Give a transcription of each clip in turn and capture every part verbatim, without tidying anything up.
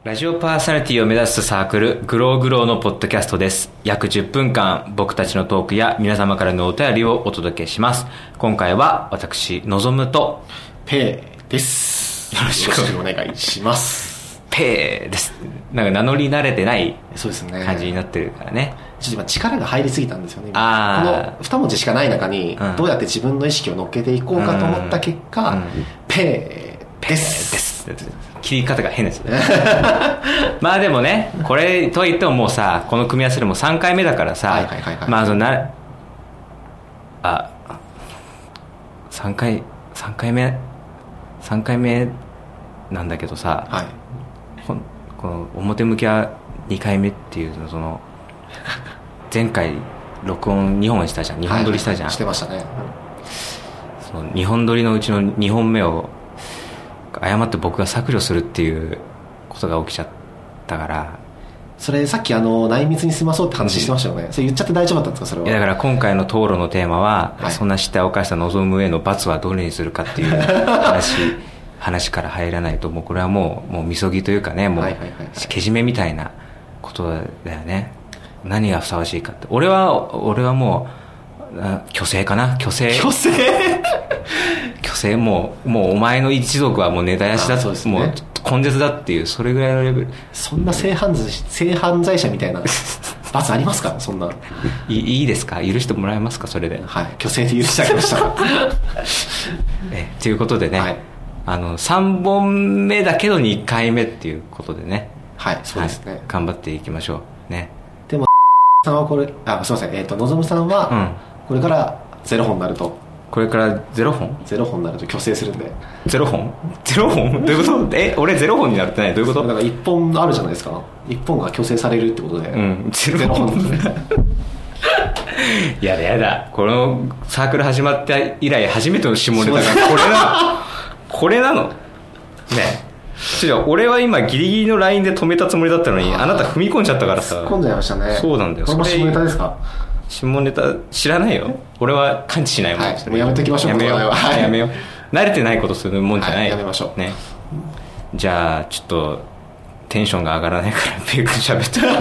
ラジオパーソナリティを目指すサークルグローグローのポッドキャストです。約じゅっぷんかん僕たちのトークや皆様からのお便りをお届けします。今回は私のぞむとペイです。よろしくお願いします。 ペイです。なんか名乗り慣れてないそうですね感じになってるからね。 ちょっと今力が入りすぎたんですよね。 あこのに文字しかない中にどうやって自分の意識を乗っけていこうかと思った結果、うんうん、ペイですです切り方が変ですねまあでもね、これといってももうさ、この組み合わせでもさんかいめだからさ、はいはいはいはい、まあそのなあさんかいさんかいめさんかいめなんだけどさ、はい、この表向きはにかいめっていうの、その前回録音にほんしたじゃん、にほん撮りしたじゃん、 はいはい、してましたね。 そのにほん撮りのうちのにほんめを誤って僕が削除するっていうことが起きちゃったから。 それさっきあの内密に済まそうって話してましたよね、うん、それ言っちゃって大丈夫だったんですか？それは。 いやだから今回の討論のテーマは、はい、そんな失態を犯した望む上の罰はどれにするかっていう話話から入らないと、もうこれはもうもうみそぎというかね、もうけじめみたいなことだよね。何がふさわしいかって、俺は俺はもう虚勢かな、虚勢虚勢虚勢もうもうお前の一族はもう根絶やしだと、ね、もう根絶だっていう、それぐらいのレベル。 そんな性犯罪性犯罪者みたいな罰ありますか？そんないいいですか？許してもらえますか？それで。 はい、虚勢で許してあげましたえということでね、はい、あのさんぼんめだけどにかいめっていうことでね、 はいそうですね、はい、 頑張っていきましょうね。 でもさんはこれあすいません、えーとのぞむさんは、うん、これからゼロほんになると、 これからゼロほんゼロほんになると虚勢するんで。 ゼロほんゼロほんどういうことえ俺ゼロほんになるってない？どういうこと？ だからいっぽんあるじゃないですか、いっぽんが虚勢されるってことで、うん、ゼロほんやだやだ、このサークル始まって以来初めての下ネタがこれなこれなのねえ。違う、俺は今ギリギリのラインで止めたつもりだったのに、あなた踏み込んじゃったからさ。 突っ込んじゃいましたね。 そうなんだよ。 これも下ネタですか？ 下ネタ知らないよ。俺は感知しないもん。 はい、もうやめときましょう。 やめよう、はい、やめよう。慣れてないことするもんじゃない、はい、 やめましょうね。じゃあちょっとテンションが上がらないからペイ君喋ってペイ君喋ってく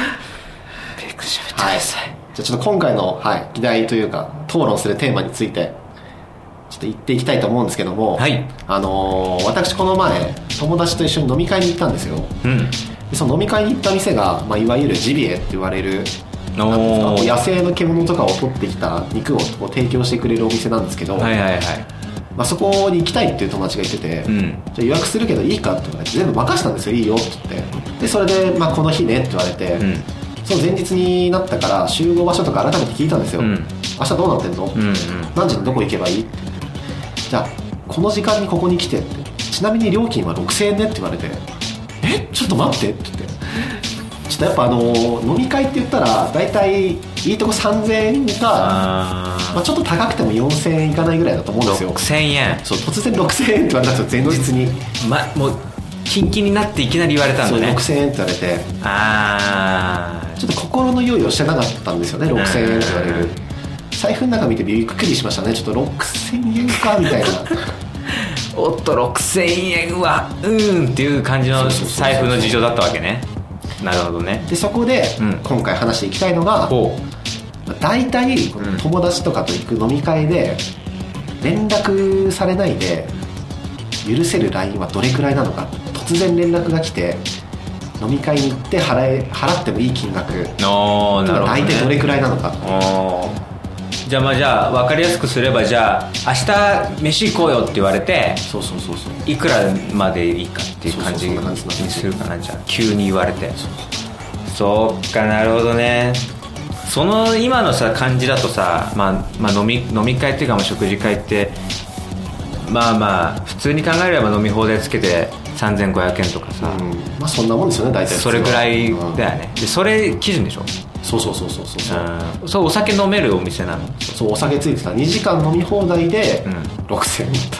ださい、はい。 じゃあちょっと今回の、はい、議題というか討論するテーマについてちょっと言っていきたいと思うんですけども、 はい、 あのー、私この前友達と一緒に飲み会に行ったんですよ、うん、でその飲み会に行った店が、まあ、いわゆるジビエって言われるなんですか、野生の獣とかを取ってきた肉を提供してくれるお店なんですけど、 はいはいはい、 まあ、そこに行きたいっていう友達が言ってて、うん、じゃあ予約するけどいいかって言われて全部任したんですよ、いいよって言って。でそれで、まあ、この日ねって言われて、うん、その前日になったから集合場所とか改めて聞いたんですよ、うん、明日どうなってんの、うんうん、何時にどこ行けばいいって。じゃあこの時間にここに来てって、ちなみに料金はろくせんえんねって言われて、えちょっと待ってって言って、ちょっとやっぱあの飲み会って言ったら大体いいとこさんぜんえんか、あ、まあ、ちょっと高くてもよんせんえんいかないぐらいだと思うんですよ。 ろくせんえん。 そう、突然ろくせんえんって言われたんですよ、前日に。 ま、もうキンキンになっていきなり言われたんだね。 そう、ろくせんえんって言われて、 あちょっと心の用意をしてなかったんですよね、ろくせんえんって言われる。財布の中見てびっくりしましたね。ちょっとろくせんえんかみたいなおっとろくせんえんはうーんっていう感じの財布の事情だったわけね。なるほどね。 でそこで、うん、今回話していきたいのが、大体友達とかと行く飲み会で連絡されないで許せるラインはどれくらいなのか。突然連絡が来て飲み会に行って払え払ってもいい金額、 あ、なるほどね、 大体どれくらいなのか。 あ、じゃあまあじゃあ分かりやすくすれば、じゃあ明日飯行こうよって言われて、 そうそうそうそう、 いくらまでいいかっていう感じにするかな。じゃあ急に言われて、そうか、なるほどね。その今のさ感じだとさ、まあ、まあ飲み飲み会っていうか、まあ食事会ってまあまあ普通に考えれば飲み放題つけてさんぜんごひゃくえんとかさ、うん、 まあそんなもんですよね大体。 それぐらいだよね、うん、でそれ基準でしょ。 そうそうそうそうそう、 うん、そう、お酒飲めるお店なの。 そう、お酒ついてたにじかん飲み放題でろくせんえんだった、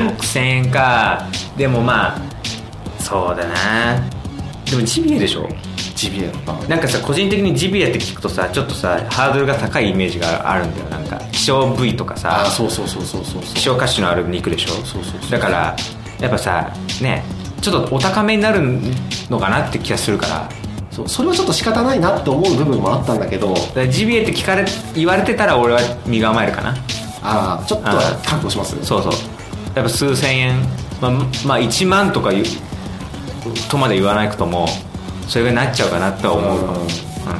ろくせんえんか。でもまあそうだな。でもジビエでしょ。 ジビエだった。 なんかさ、個人的にジビエって聞くとさ、ちょっとさハードルが高いイメージがあるんだよ。なんか希少部位とかさ、 あ、そうそうそうそうそう、 希少価値のある肉でしょ。 そうそうそうそう、 だからやっぱさね、 ちょっとお高めになるのかなって気がするから、 そうそれはちょっと仕方ないなって思う部分もあったんだけど、 ジビエって聞かれ言われてたら俺は身構えるかな。 ああちょっとは覚悟します。 そうそう、やっぱ数千円、まあ、まあいちまんとかとまで言わなくともそれがなっちゃうかなとは思うかも。うん、うん、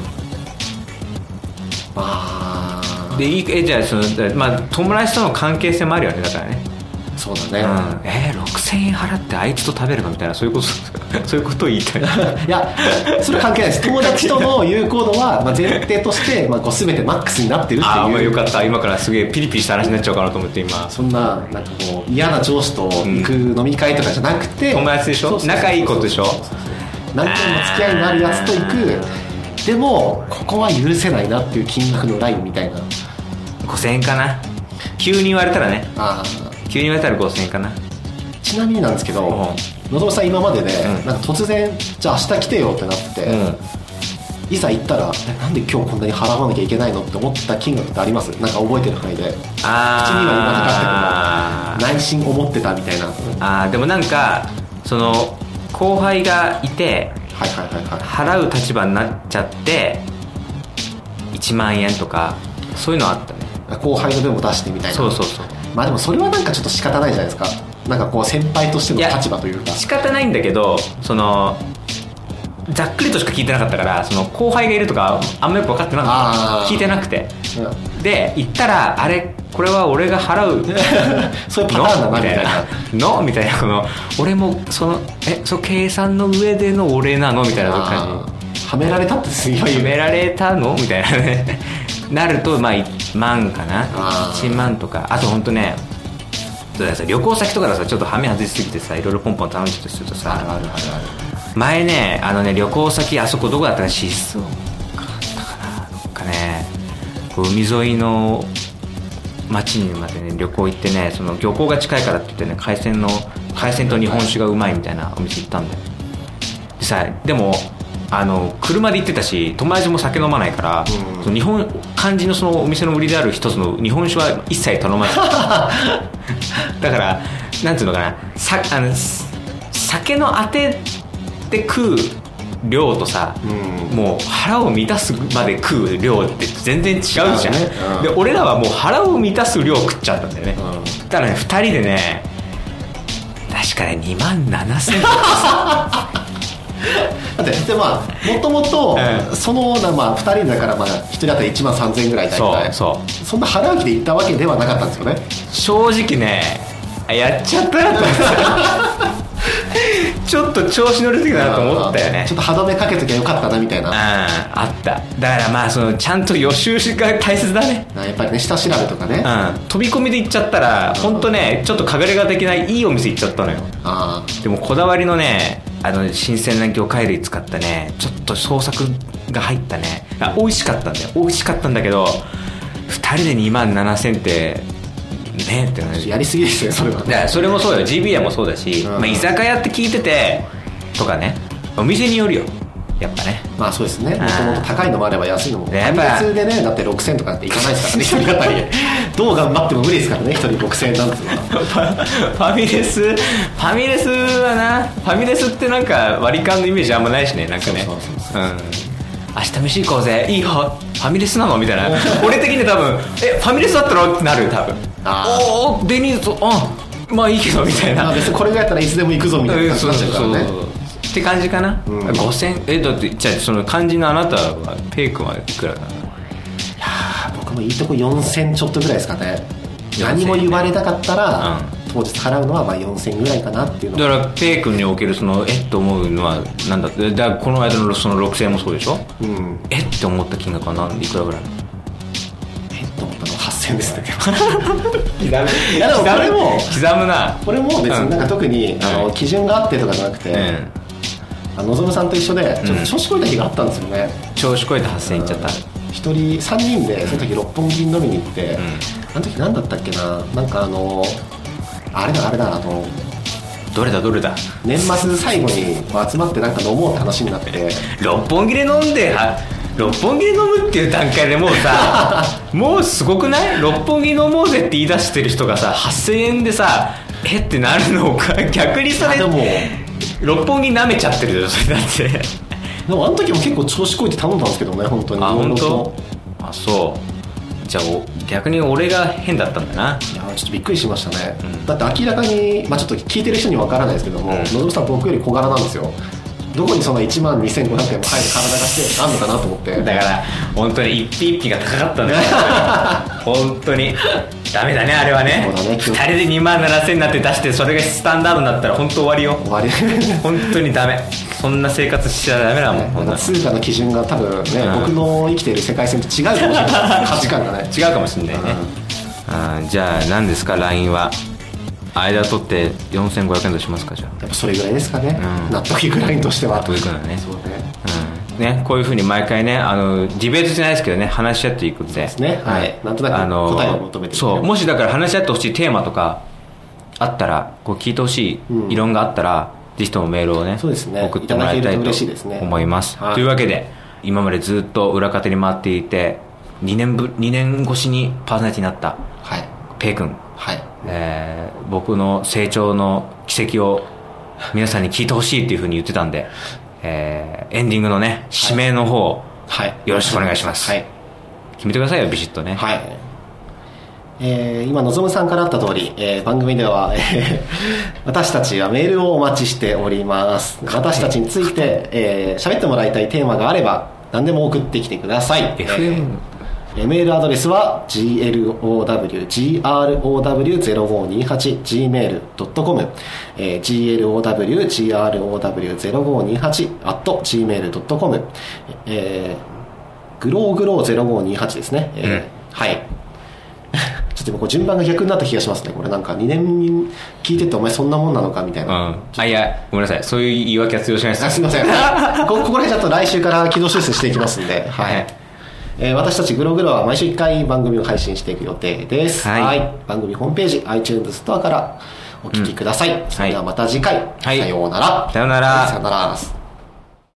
あでいいえじゃあその、まあ、友達との関係性もあるよね。だからね。 そうだね、 うん、えー、ろくせんえん払ってあいつと食べるのみたいな、そういうことそういうことを言いたいいやそれは関係ないです。友達との有効度はまあ前提として、まあ、こう全てマックスになってるっていう。 ああ、まあ、よかった。今からすげえピリピリした話になっちゃうかなと思って今。 そんななんかこう嫌な上司と行く飲み会とかじゃなくて、 うん、友達でしょ。仲いいことでしょ。 何回も付き合いのあるやつと行く。でもここは許せないなっていう金額のラインみたいな。 ごせんえんかな。急に言われたらね。 あ急に言われたらごせんえんかな。 ちなみになんですけど、のぞむさん今までで、うん、なんか突然じゃあ明日来てよってなって、うん、いざ行ったらなんで今日こんなに払わなきゃいけないのって思った金額ってあります？なんか覚えてる範囲で。 あ口には言わなかったけど内心思ってたみたいな。 あーでもなんかその後輩がいて、 はいはいはいはい、 払う立場になっちゃっていちまんえんとかそういうのあったね。 後輩の分も出してみたいな。 そうそうそう。 まあでもそれはなんかちょっと仕方ないじゃないですか。なんかこう先輩としての立場というか。 仕方ないんだけど、そのざっくりとしか聞いてなかったから、その後輩がいるとかあんまよく分かってなかった。聞いてなくて、うん、で言ったらあれこれは俺が払うそういうパターンだなみたいなのみたいな、この俺もそのえそう計算の上での俺なのみたいな感じ。はめられたってすごい。 はめられたのみたいなねなるとまあいちまんかな、いちまんとか。あと本当ね、旅行先とかでさちょっとハメ外しすぎてさいろいろポンポン頼んじゃったりするとさ、 あるあるあるある。 前ねあのね旅行先あそこどこだったか静岡だったかな、どっかねこう海沿いの町にまでね旅行行ってね、その漁港が近いからって言ってね海鮮の海鮮と日本酒がうまいみたいなお店行ったんだよ。でさでもあの車で行ってたし友達も酒飲まないから、うん、その日本肝心のそのお店の売りである一つの日本酒は一切頼まないだからなんていうのかな、さあの酒のあてで食う量とさ、うん、もう腹を満たすまで食う量って全然違うじゃん、ねうん、で俺らはもう腹を満たす量食っちゃったんだよね、うん、だからねふたりでね確かねにまんななせんとかだってでまあもともとそのまあふたりだからまあひとり当たりいちまんさんぜんえんぐらいだいたい。そうそう、そんな腹浮きで行ったわけではなかったんですよね。 正直ねやっちゃったなと思ってちょっと調子乗りすぎだなと思ったよね。 ちょっと歯止めかけときゃよかったなみたいな。 ああっただからまあそのちゃんと予習が大切だね。 やっぱりね下調べとかね、 うん、飛び込みで行っちゃったら本当ねちょっと隠れ家的ないいお店行っちゃったのよ。あでもこだわりのねあの新鮮な魚介類使ったねちょっと創作が入ったねあ美味しかったんだよ。美味しかったんだけどふたりでにまんななせんってねってねやりすぎですよそれは。 いやそれもそうよ ジービーエー もそうだし、うんまあ、居酒屋って聞いててとかねお店によるよやっぱね。 まあそうですね。もともと高いのもあれば安いのもファミレスでねだってろくせんとかっていかないですからね一人当たりどう頑張っても無理ですからね一人ろくせんえんなんつうのはファミレスファミレスはなファミレスってなんか割り勘のイメージあんまないしねなんかね。そうそうそうそう、うん明日飯行こうぜいいよファミレスなのみたいな俺的に多分えファミレスだったのってなる多分。おおデニーズあまあいいけどみたいな、まあ、 別にこれがやったらいつでも行くぞみたいな感じになっちゃうからね、そうそうそうって感じかな、うん、ごせんえだってじゃあその肝心のあなたはペイ君はいくらかな。いや僕もいいとこよんせんちょっとぐらいですかね。何も言われなかったら、うん、当日払うのはまあよんせんぐらいかなっていうの。 だからペイ君におけるそのえっと思うのはなんだってだからこの間のそのろくせんえんもそうでしょ、うん、えって思った金額は何いくらぐらい。 えっと思ったのははっせんえんですね刻むいやでもこれも刻むなこれも別になんか特に、うん、あの基準があってとかじゃなくて、うん、のぞむさんと一緒でちょっと調子こいた日があったんですよね、 うん、調子こいてはっせんえんいっちゃった。 ひとりさんにんでその時六本木に飲みに行って、うん、あの時何だったっけななんかあのあれだあれだあのどれだどれだ年末最後に集まってなんか飲もうって話になって六本木で飲んで六本木で飲むっていう段階でもうさもうすごくない？六本木飲もうぜって言い出してる人がさはっせんえんでさえってなるのか逆にそれでも六本木舐めちゃってるよそれだってでもあの時も結構調子こいて頼んだんですけどね本当に。 あ本当あそうじゃあ逆に俺が変だったんだな。 いやちょっとびっくりしましたね、うん、だって明らかに、まあ、ちょっと聞いてる人には分からないですけども、うん、のぞみさん僕より小柄なんですよ。どこにそんないちまんにせんごひゃくえんも入る体がしてあんのかなと思って。 だから本当に一匹一匹が高かったんだよ本当にダメだねあれはね。そうだねふたりでにまんななせんになって出してそれがスタンダードになったら本当終わりよ。 終わり本当にダメ。そんな生活しちゃダメだもん、 ね、通貨の基準が多分ね、うん、僕の生きている世界線と違うかもしれない価値観がね違うかもしれないね、うん、あじゃあ何ですか ライン は間取ってよんせんごひゃくえんとしますか。じゃあやっぱそれぐらいですかね、うん、納得いくラインとしては。 納得いくのね。そうね、うん、ねこういうふうに毎回ねあのディベートじゃないですけどね話し合っていくんで。そうですね、はい、なんとなく答えを求めて、ね、 そうもしだから話し合ってほしいテーマとかあったらこう聞いてほしい異論があったら、うんぜひともメールを ね, そうですね送ってもらいたいと思います、 はい、 というわけで今までずっと裏方に回っていて2年, ぶにねん越しにパーソナリティになったペイ君、 はいえー、僕の成長の奇跡を皆さんに聞いてほしいっていうふうに言ってたんで、えー、エンディングのね指名の方、はい、よろしくお願いします、はい、決めてくださいよビシッとね。 はいえー、今のぞむさんからあった通り、えー、番組では、えー、私たちはメールをお待ちしております。私たちについて、えー、喋ってもらいたいテーマがあれば何でも送ってきてください。 エフエム、 えー、メールアドレスは ジーエルオーダブリュージーアールオーダブリューゼロごにはち ジーメールドットコム、えー、ジーエルオーダブリュージーアールオーダブリューゼロごにはち アット ジーメールドットコム、えー、グローグローゼロごにはちですね、えーうん、はいちょっと今こう順番が逆になった気がしますね。これなんかにねん聞いててお前そんなもんなのかみたいな、うん、 あいやごめんなさいそういう言い訳は通用しないです。 あすいませんこ, ここら辺ちょっと来週から軌道修正していきますんで、はいはいえー、私たちグログロは毎週いっかい番組を配信していく予定です、はいはい、番組ホームページ iTunes ストアからお聞きください、うん、それではまた次回、はい、さようならさようなら、 はい、さようなら。